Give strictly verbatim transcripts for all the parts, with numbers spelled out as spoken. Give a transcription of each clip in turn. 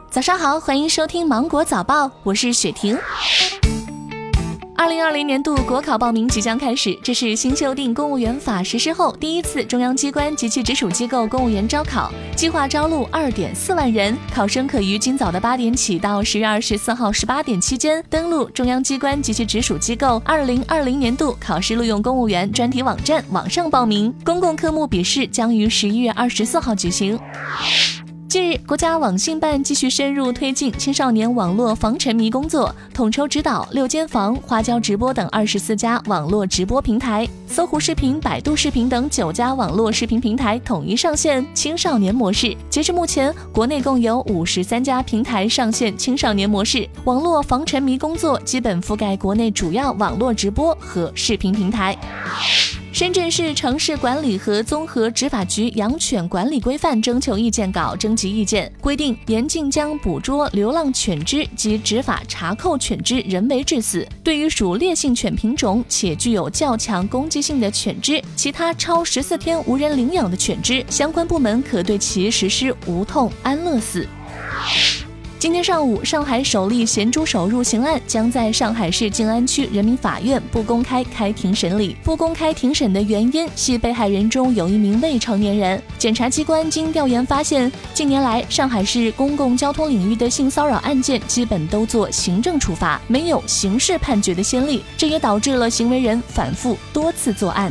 早上好，欢迎收听芒果早报，我是雪婷。二零二零年度国考报名即将开始，这是新修订公务员法实施后第一次中央机关及其直属机构公务员招考，计划招录 二点四万人，考生可于今早的八点起到十月二十四号十八点期间登录中央机关及其直属机构二零二零年度考试录用公务员专题网站网上报名，公共科目笔试将于十一月二十四号举行。近日，国家网信办继续深入推进青少年网络防沉迷工作，统筹指导六间房、花椒直播等二十四家网络直播平台，搜狐视频、百度视频等九家网络视频平台统一上线青少年模式。截至目前，国内共有五十三家平台上线青少年模式，网络防沉迷工作基本覆盖国内主要网络直播和视频平台。深圳市城市管理和综合执法局养犬管理规范征求意见稿征集意见规定，严禁将捕捉流浪犬只及执法查扣犬只人为致死。对于属烈性犬品种且具有较强攻击性的犬只，其他超十四天无人领养的犬只，相关部门可对其实施无痛安乐死。今天上午，上海首例咸猪手入刑案将在上海市静安区人民法院不公开开庭审理。不公开庭审的原因系被害人中有一名未成年人。检察机关经调研发现，近年来上海市公共交通领域的性骚扰案件基本都做行政处罚，没有刑事判决的先例，这也导致了行为人反复多次作案。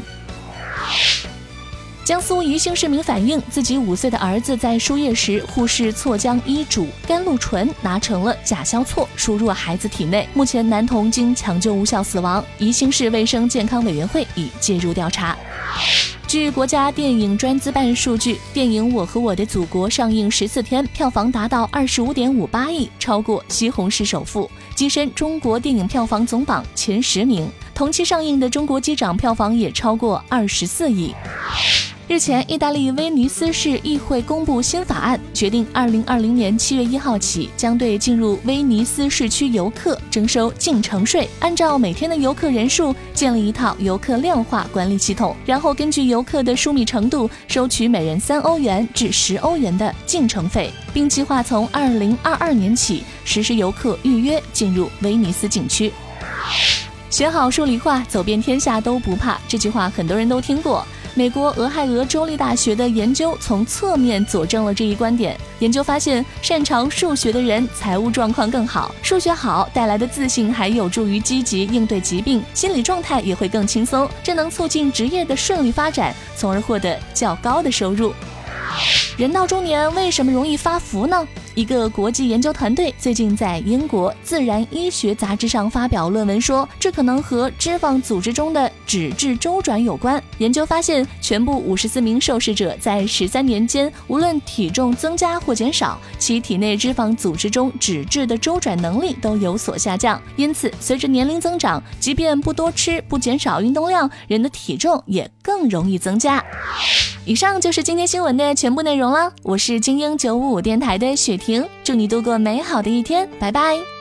江苏宜兴市民反映，自己五岁的儿子在输液时，护士错将医嘱甘露醇拿成了甲硝唑，输入孩子体内。目前男童经抢救无效死亡，宜兴市卫生健康委员会已介入调查。据国家电影专资办数据，电影《我和我的祖国》上映十四天，票房达到 二十五点五八亿，超过《西红柿首富》，跻身中国电影票房总榜前十名。同期上映的《中国机长》票房也超过二十四亿。日前，意大利威尼斯市议会公布新法案，决定二零二零年七月一号起，将对进入威尼斯市区游客征收进城税，按照每天的游客人数建立一套游客量化管理系统，然后根据游客的疏密程度收取每人三欧元至十欧元的进城费，并计划从二零二二年起实施游客预约进入威尼斯景区。学好数理化，走遍天下都不怕，这句话很多人都听过。美国俄亥俄州立大学的研究从侧面佐证了这一观点。研究发现，擅长数学的人财务状况更好，数学好带来的自信还有助于积极应对疾病，心理状态也会更轻松，这能促进职业的顺利发展，从而获得较高的收入。人到中年为什么容易发福呢？一个国际研究团队最近在英国《自然医学》杂志上发表论文说，这可能和脂肪组织中的脂质周转有关。研究发现，全部五十四名受试者在十三年间，无论体重增加或减少，其体内脂肪组织中脂质的周转能力都有所下降。因此，随着年龄增长，即便不多吃、不减少运动量，人的体重也更容易增加。以上就是今天新闻的全部内容了，我是精英九五五电台的雪婷，祝你度过美好的一天，拜拜。